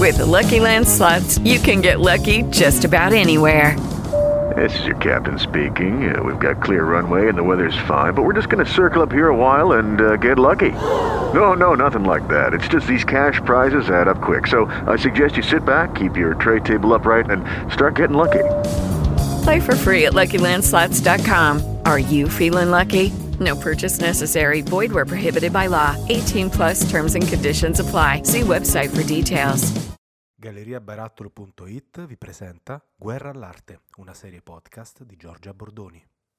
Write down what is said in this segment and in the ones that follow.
With the Lucky Land Slots, you can get lucky just about anywhere. This is your captain speaking. We've got clear runway and the weather's fine, but we're just going to circle up here a while and get lucky. No, nothing like that. It's just these cash prizes add up quick. So I suggest you sit back, keep your tray table upright, and start getting lucky. Play for free at LuckyLandSlots.com. Are you feeling lucky? No purchase necessary. Void where prohibited by law. 18 plus terms and conditions apply. See website for details. GalleriaBarattolo.it vi presenta Guerra all'arte, una serie podcast di Giorgia Bordoni.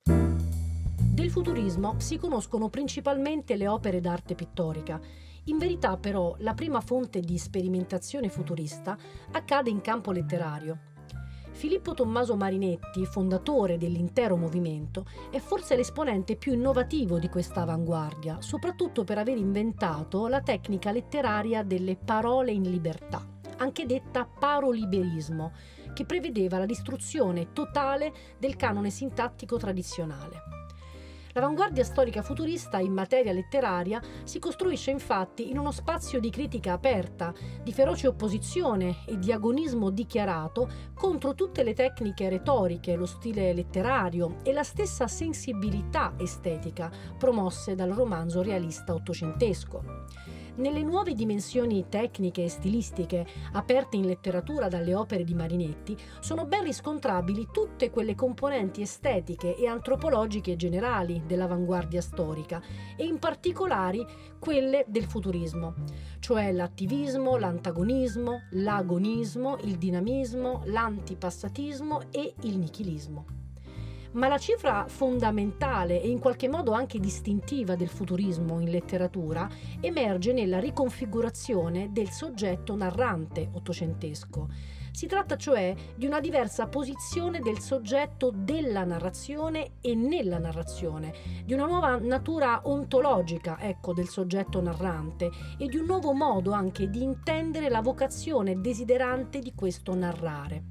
Del futurismo si conoscono principalmente le opere d'arte pittorica. In verità, però, la prima fonte di sperimentazione futurista accade in campo letterario. Filippo Tommaso Marinetti, fondatore dell'intero movimento, è forse l'esponente più innovativo di questa avanguardia, soprattutto per aver inventato la tecnica letteraria delle parole in libertà, anche detta paroliberismo, che prevedeva la distruzione totale del canone sintattico tradizionale. L'avanguardia storica futurista in materia letteraria si costruisce infatti in uno spazio di critica aperta, di feroce opposizione e di agonismo dichiarato contro tutte le tecniche retoriche, lo stile letterario e la stessa sensibilità estetica promosse dal romanzo realista ottocentesco. Nelle nuove dimensioni tecniche e stilistiche aperte in letteratura dalle opere di Marinetti sono ben riscontrabili tutte quelle componenti estetiche e antropologiche generali dell'avanguardia storica e in particolare quelle del futurismo, cioè l'attivismo, l'antagonismo, l'agonismo, il dinamismo, l'antipassatismo e il nichilismo. Ma la cifra fondamentale e in qualche modo anche distintiva del futurismo in letteratura emerge nella riconfigurazione del soggetto narrante ottocentesco. Si tratta cioè di una diversa posizione del soggetto della narrazione e nella narrazione, di una nuova natura ontologica, del soggetto narrante e di un nuovo modo anche di intendere la vocazione desiderante di questo narrare.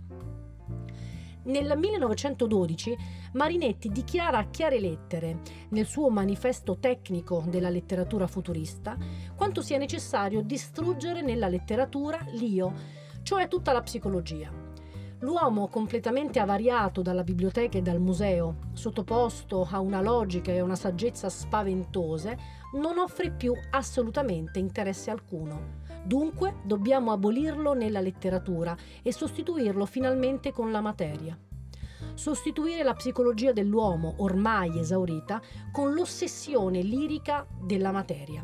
Nel 1912 Marinetti dichiara a chiare lettere, nel suo manifesto tecnico della letteratura futurista, quanto sia necessario distruggere nella letteratura l'io, cioè tutta la psicologia. L'uomo completamente avariato dalla biblioteca e dal museo, sottoposto a una logica e una saggezza spaventose, non offre più assolutamente interesse alcuno. Dunque dobbiamo abolirlo nella letteratura e sostituirlo finalmente con la materia. Sostituire la psicologia dell'uomo, ormai esaurita, con l'ossessione lirica della materia.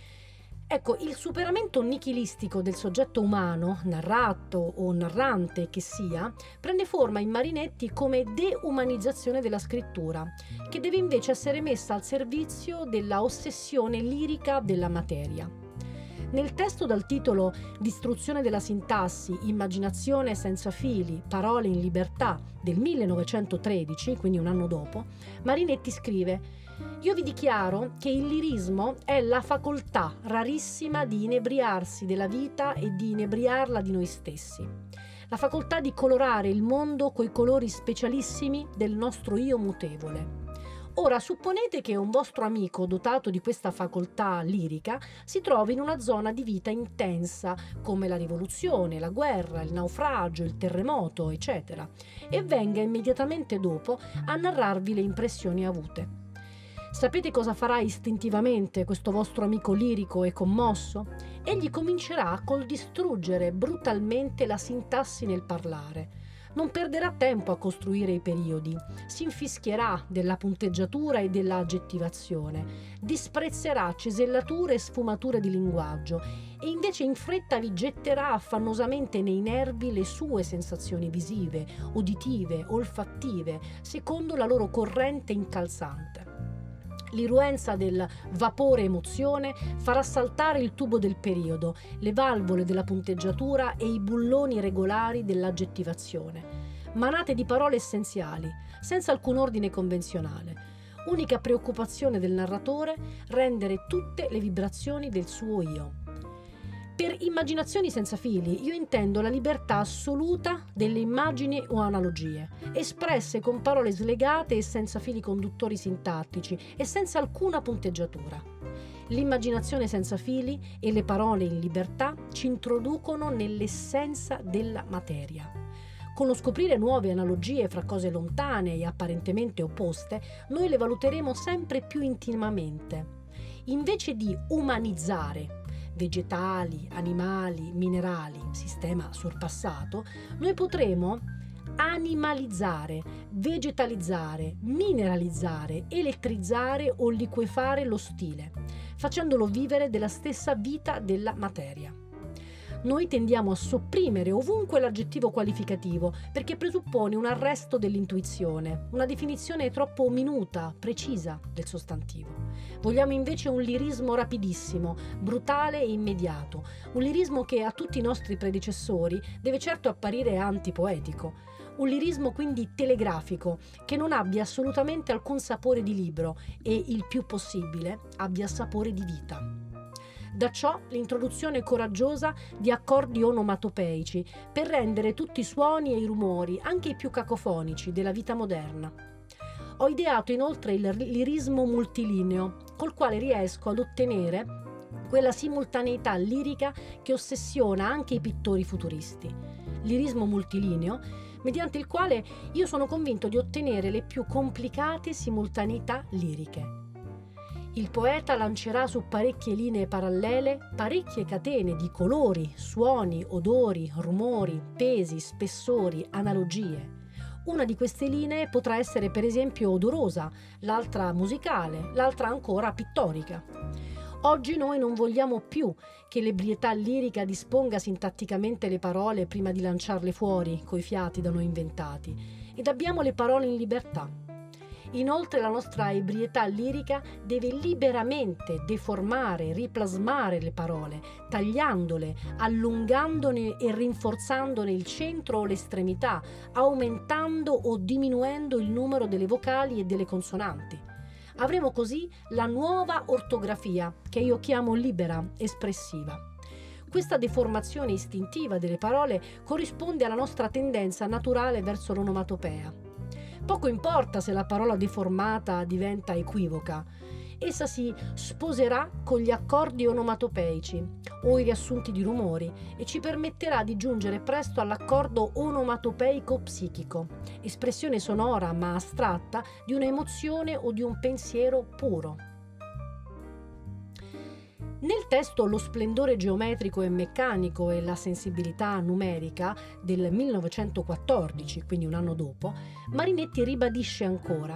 Il superamento nichilistico del soggetto umano, narrato o narrante che sia, prende forma in Marinetti come deumanizzazione della scrittura, che deve invece essere messa al servizio della ossessione lirica della materia. Nel testo dal titolo Distruzione della sintassi, immaginazione senza fili, parole in libertà del 1913, quindi un anno dopo, Marinetti scrive: «Io vi dichiaro che il lirismo è la facoltà rarissima di inebriarsi della vita e di inebriarla di noi stessi. La facoltà di colorare il mondo coi colori specialissimi del nostro io mutevole. Ora, supponete che un vostro amico dotato di questa facoltà lirica si trovi in una zona di vita intensa, come la rivoluzione, la guerra, il naufragio, il terremoto, eccetera, e venga immediatamente dopo a narrarvi le impressioni avute. Sapete cosa farà istintivamente questo vostro amico lirico e commosso? Egli comincerà col distruggere brutalmente la sintassi nel parlare. Non perderà tempo a costruire i periodi, si infischierà della punteggiatura e della aggettivazione, disprezzerà cesellature e sfumature di linguaggio e invece in fretta vi getterà affannosamente nei nervi le sue sensazioni visive, uditive, olfattive, secondo la loro corrente incalzante. L'irruenza del vapore emozione farà saltare il tubo del periodo, le valvole della punteggiatura e i bulloni regolari dell'aggettivazione. Manate di parole essenziali, senza alcun ordine convenzionale. Unica preoccupazione del narratore, rendere tutte le vibrazioni del suo io. Per immaginazioni senza fili io intendo la libertà assoluta delle immagini o analogie, espresse con parole slegate e senza fili conduttori sintattici e senza alcuna punteggiatura. L'immaginazione senza fili e le parole in libertà ci introducono nell'essenza della materia. Con lo scoprire nuove analogie fra cose lontane e apparentemente opposte, noi le valuteremo sempre più intimamente. Invece di umanizzare vegetali, animali, minerali, sistema sorpassato, noi potremo animalizzare, vegetalizzare, mineralizzare, elettrizzare o liquefare lo stile, facendolo vivere della stessa vita della materia. Noi tendiamo a sopprimere ovunque l'aggettivo qualificativo perché presuppone un arresto dell'intuizione, una definizione troppo minuta, precisa del sostantivo. Vogliamo invece un lirismo rapidissimo, brutale e immediato, un lirismo che a tutti i nostri predecessori deve certo apparire antipoetico, un lirismo quindi telegrafico, che non abbia assolutamente alcun sapore di libro e, il più possibile, abbia sapore di vita. Da ciò l'introduzione coraggiosa di accordi onomatopeici per rendere tutti i suoni e i rumori, anche i più cacofonici, della vita moderna. Ho ideato inoltre il lirismo multilineo, col quale riesco ad ottenere quella simultaneità lirica che ossessiona anche i pittori futuristi. Lirismo multilineo, mediante il quale io sono convinto di ottenere le più complicate simultaneità liriche. Il poeta lancerà su parecchie linee parallele parecchie catene di colori, suoni, odori, rumori, pesi, spessori, analogie. Una di queste linee potrà essere per esempio odorosa, l'altra musicale, l'altra ancora pittorica. Oggi noi non vogliamo più che l'ebrietà lirica disponga sintatticamente le parole prima di lanciarle fuori coi fiati da noi inventati, ed abbiamo le parole in libertà. Inoltre la nostra ebrietà lirica deve liberamente deformare, riplasmare le parole, tagliandole, allungandone e rinforzandone il centro o l'estremità, aumentando o diminuendo il numero delle vocali e delle consonanti. Avremo così la nuova ortografia, che io chiamo libera, espressiva. Questa deformazione istintiva delle parole corrisponde alla nostra tendenza naturale verso l'onomatopea. Poco importa se la parola deformata diventa equivoca, essa si sposerà con gli accordi onomatopeici o i riassunti di rumori e ci permetterà di giungere presto all'accordo onomatopeico psichico, espressione sonora ma astratta di un'emozione o di un pensiero puro. Nel testo Lo splendore geometrico e meccanico e la sensibilità numerica del 1914, quindi un anno dopo, Marinetti ribadisce ancora: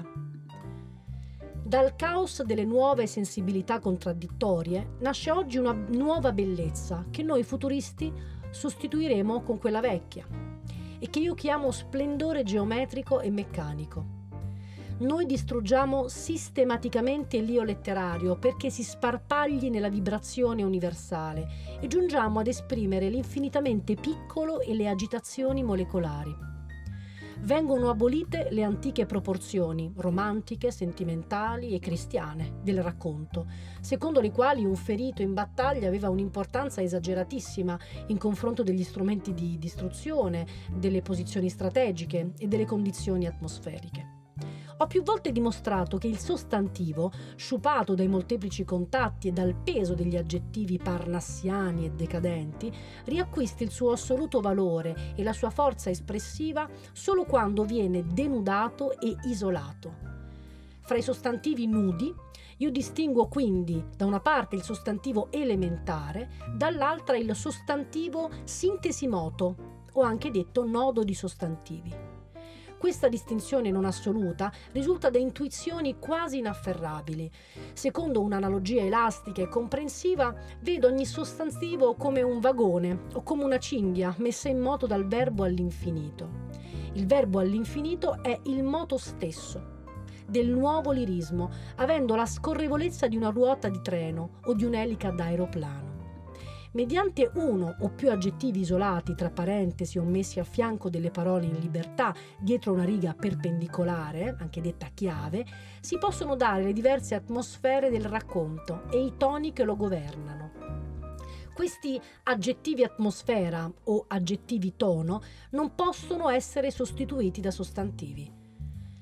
dal caos delle nuove sensibilità contraddittorie nasce oggi una nuova bellezza che noi futuristi sostituiremo con quella vecchia e che io chiamo splendore geometrico e meccanico. Noi distruggiamo sistematicamente l'io letterario perché si sparpagli nella vibrazione universale e giungiamo ad esprimere l'infinitamente piccolo e le agitazioni molecolari. Vengono abolite le antiche proporzioni romantiche, sentimentali e cristiane del racconto, secondo le quali un ferito in battaglia aveva un'importanza esageratissima in confronto degli strumenti di distruzione, delle posizioni strategiche e delle condizioni atmosferiche. Ho più volte dimostrato che il sostantivo, sciupato dai molteplici contatti e dal peso degli aggettivi parnassiani e decadenti, riacquista il suo assoluto valore e la sua forza espressiva solo quando viene denudato e isolato. Fra i sostantivi nudi, io distinguo quindi da una parte il sostantivo elementare, dall'altra il sostantivo sintesimoto, o anche detto nodo di sostantivi. Questa distinzione non assoluta risulta da intuizioni quasi inafferrabili. Secondo un'analogia elastica e comprensiva, vedo ogni sostantivo come un vagone o come una cinghia messa in moto dal verbo all'infinito. Il verbo all'infinito è il moto stesso del nuovo lirismo, avendo la scorrevolezza di una ruota di treno o di un'elica d'aeroplano. Mediante uno o più aggettivi isolati tra parentesi o messi a fianco delle parole in libertà dietro una riga perpendicolare, anche detta chiave, si possono dare le diverse atmosfere del racconto e i toni che lo governano. Questi aggettivi atmosfera o aggettivi tono non possono essere sostituiti da sostantivi.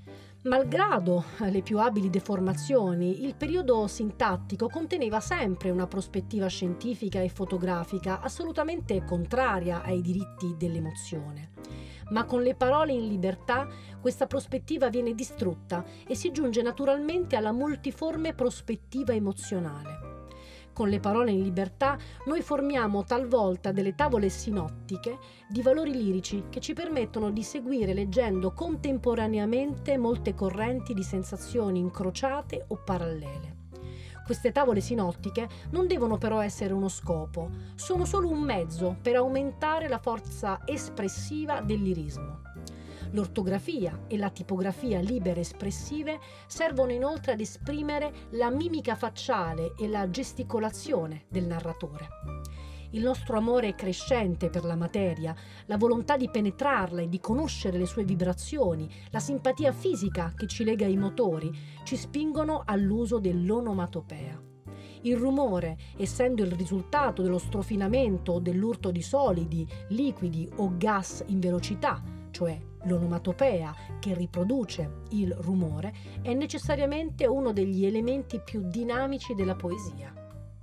Malgrado le più abili deformazioni, il periodo sintattico conteneva sempre una prospettiva scientifica e fotografica assolutamente contraria ai diritti dell'emozione. Ma con le parole in libertà questa prospettiva viene distrutta e si giunge naturalmente alla multiforme prospettiva emozionale. Con le parole in libertà noi formiamo talvolta delle tavole sinottiche di valori lirici che ci permettono di seguire leggendo contemporaneamente molte correnti di sensazioni incrociate o parallele. Queste tavole sinottiche non devono però essere uno scopo, sono solo un mezzo per aumentare la forza espressiva del lirismo. L'ortografia e la tipografia libere espressive servono inoltre ad esprimere la mimica facciale e la gesticolazione del narratore. Il nostro amore crescente per la materia, la volontà di penetrarla e di conoscere le sue vibrazioni, la simpatia fisica che ci lega ai motori, ci spingono all'uso dell'onomatopea. Il rumore, essendo il risultato dello strofinamento o dell'urto di solidi, liquidi o gas in velocità, cioè l'onomatopea che riproduce il rumore, è necessariamente uno degli elementi più dinamici della poesia.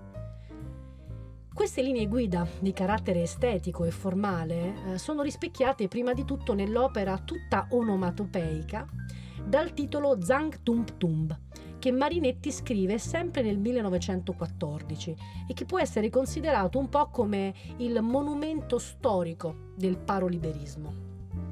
Queste linee guida di carattere estetico e formale sono rispecchiate prima di tutto nell'opera tutta onomatopeica dal titolo Zang Tump Tumb, che Marinetti scrive sempre nel 1914 e che può essere considerato un po' come il monumento storico del paroliberismo.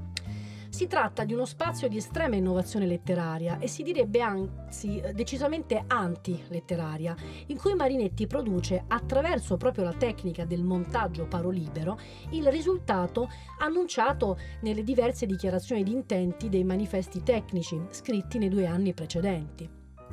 Si tratta di uno spazio di estrema innovazione letteraria e si direbbe anzi decisamente anti-letteraria, in cui Marinetti produce, attraverso proprio la tecnica del montaggio parolibero, il risultato annunciato nelle diverse dichiarazioni di intenti dei manifesti tecnici scritti nei 2 anni precedenti.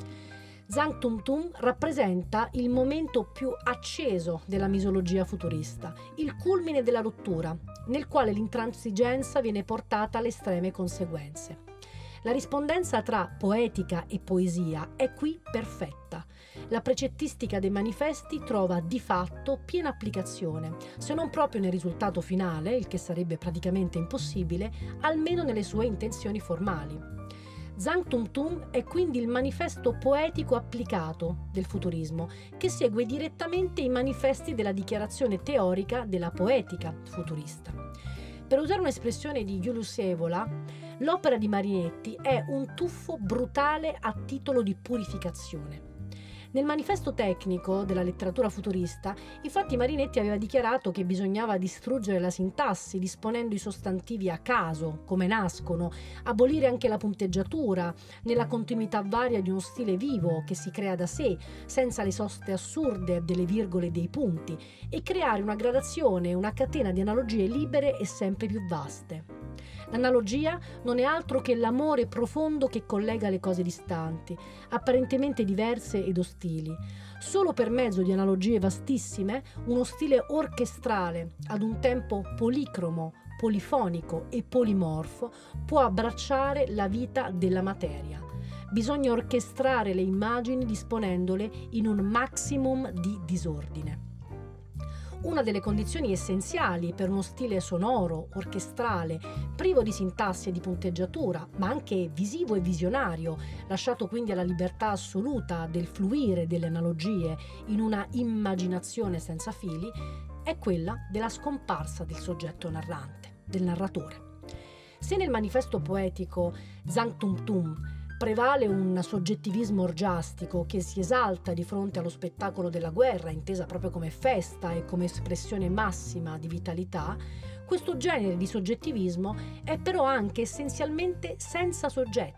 Zang Tum Tum rappresenta il momento più acceso della misologia futurista, il culmine della rottura, nel quale l'intransigenza viene portata alle estreme conseguenze. La rispondenza tra poetica e poesia è qui perfetta. La precettistica dei manifesti trova di fatto piena applicazione, se non proprio nel risultato finale, il che sarebbe praticamente impossibile, almeno nelle sue intenzioni formali. Zang Tum Tum è quindi il manifesto poetico applicato del futurismo, che segue direttamente i manifesti della dichiarazione teorica della poetica futurista. Per usare un'espressione di Julius Evola, l'opera di Marinetti è un tuffo brutale a titolo di purificazione. Nel manifesto tecnico della letteratura futurista, infatti Marinetti aveva dichiarato che bisognava distruggere la sintassi, disponendo i sostantivi a caso, come nascono, abolire anche la punteggiatura, nella continuità varia di uno stile vivo che si crea da sé, senza le soste assurde delle virgole e dei punti, e creare una gradazione, una catena di analogie libere e sempre più vaste. L'analogia non è altro che l'amore profondo che collega le cose distanti, apparentemente diverse ed ostili. Solo per mezzo di analogie vastissime, uno stile orchestrale, ad un tempo policromo, polifonico e polimorfo, può abbracciare la vita della materia. Bisogna orchestrare le immagini disponendole in un maximum di disordine. Una delle condizioni essenziali per uno stile sonoro, orchestrale, privo di sintassi e di punteggiatura, ma anche visivo e visionario, lasciato quindi alla libertà assoluta del fluire delle analogie in una immaginazione senza fili, è quella della scomparsa del soggetto narrante, del narratore. Se nel manifesto poetico Zang Tum Tum prevale un soggettivismo orgiastico che si esalta di fronte allo spettacolo della guerra, intesa proprio come festa e come espressione massima di vitalità, questo genere di soggettivismo è però anche essenzialmente senza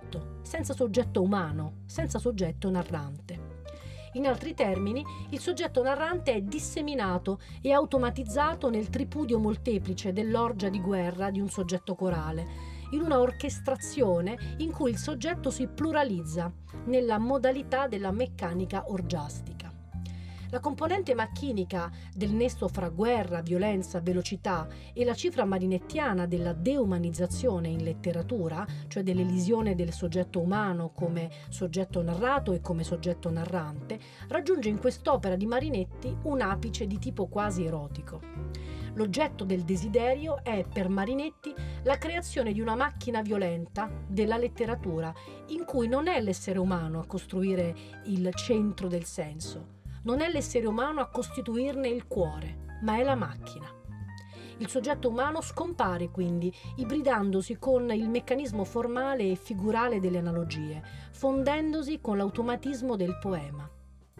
soggetto umano, senza soggetto narrante. In altri termini, il soggetto narrante è disseminato e automatizzato nel tripudio molteplice dell'orgia di guerra di un soggetto corale, in una orchestrazione in cui il soggetto si pluralizza nella modalità della meccanica orgiastica. La componente macchinica del nesso fra guerra, violenza, velocità e la cifra marinettiana della deumanizzazione in letteratura, cioè dell'elisione del soggetto umano come soggetto narrato e come soggetto narrante, raggiunge in quest'opera di Marinetti un apice di tipo quasi erotico. L'oggetto del desiderio è, per Marinetti, la creazione di una macchina violenta della letteratura, in cui non è l'essere umano a costruire il centro del senso, non è l'essere umano a costituirne il cuore, ma è la macchina. Il soggetto umano scompare quindi, ibridandosi con il meccanismo formale e figurale delle analogie, fondendosi con l'automatismo del poema.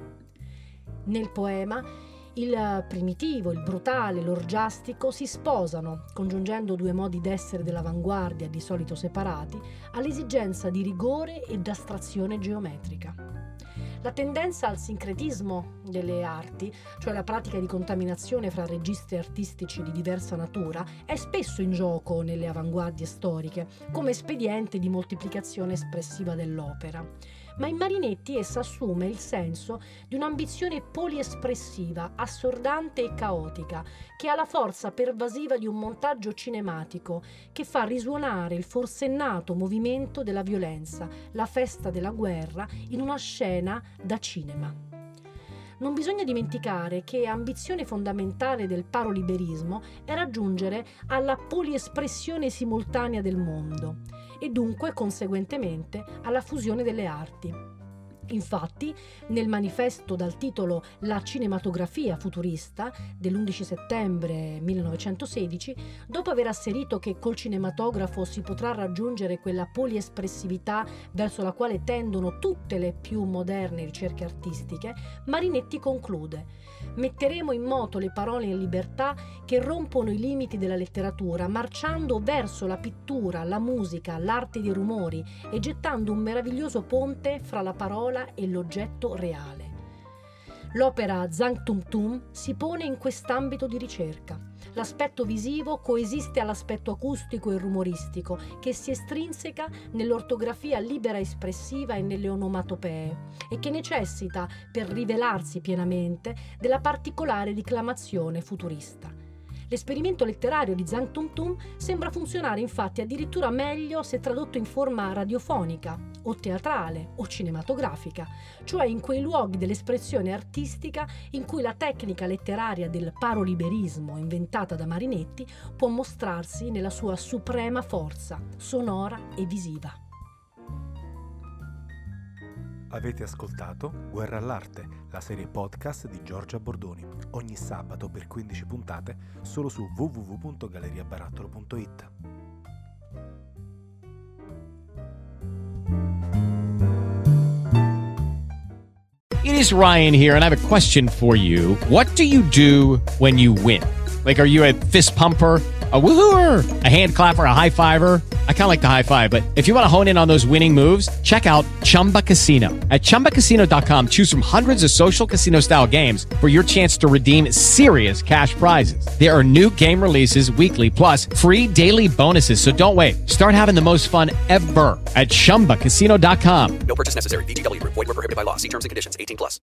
Nel poema, il primitivo, il brutale, l'orgiastico si sposano, congiungendo due modi d'essere dell'avanguardia di solito separati, all'esigenza di rigore ed astrazione geometrica. La tendenza al sincretismo delle arti, cioè la pratica di contaminazione fra registri artistici di diversa natura, è spesso in gioco nelle avanguardie storiche, come espediente di moltiplicazione espressiva dell'opera. Ma in Marinetti essa assume il senso di un'ambizione poliespressiva, assordante e caotica, che ha la forza pervasiva di un montaggio cinematico che fa risuonare il forsennato movimento della violenza, la festa della guerra, in una scena da cinema. Non bisogna dimenticare che ambizione fondamentale del paroliberismo è raggiungere alla poliespressione simultanea del mondo e dunque, conseguentemente, alla fusione delle arti. Infatti, nel manifesto dal titolo La cinematografia futurista dell'11 settembre 1916, dopo aver asserito che col cinematografo si potrà raggiungere quella poliespressività verso la quale tendono tutte le più moderne ricerche artistiche, Marinetti conclude: metteremo in moto le parole in libertà che rompono i limiti della letteratura, marciando verso la pittura, la musica, l'arte dei rumori e gettando un meraviglioso ponte fra la parola e l'oggetto reale. L'opera Zang Tum Tum si pone in quest'ambito di ricerca. L'aspetto visivo coesiste all'aspetto acustico e rumoristico, che si estrinseca nell'ortografia libera espressiva e nelle onomatopee, e che necessita, per rivelarsi pienamente, della particolare declamazione futurista. L'esperimento letterario di Zang Tum Tum sembra funzionare infatti addirittura meglio se tradotto in forma radiofonica o teatrale o cinematografica, cioè in quei luoghi dell'espressione artistica in cui la tecnica letteraria del paroliberismo inventata da Marinetti può mostrarsi nella sua suprema forza sonora e visiva. Avete ascoltato Guerra all'arte, la serie podcast di Giorgia Bordoni, ogni sabato per 15 puntate solo su www.galleriabarattolo.it. It is Ryan here, and I have a question for you. What do you do when you win? Like, are you a fist pumper, a woohooer, a hand clapper, a high fiver? I kind of like the high five, but if you want to hone in on those winning moves, check out Chumba Casino. At ChumbaCasino.com, choose from hundreds of social casino style games for your chance to redeem serious cash prizes. There are new game releases weekly, plus free daily bonuses. So don't wait. Start having the most fun ever at ChumbaCasino.com. No purchase necessary. VGW Group. Void where prohibited by law. See terms and conditions. 18+.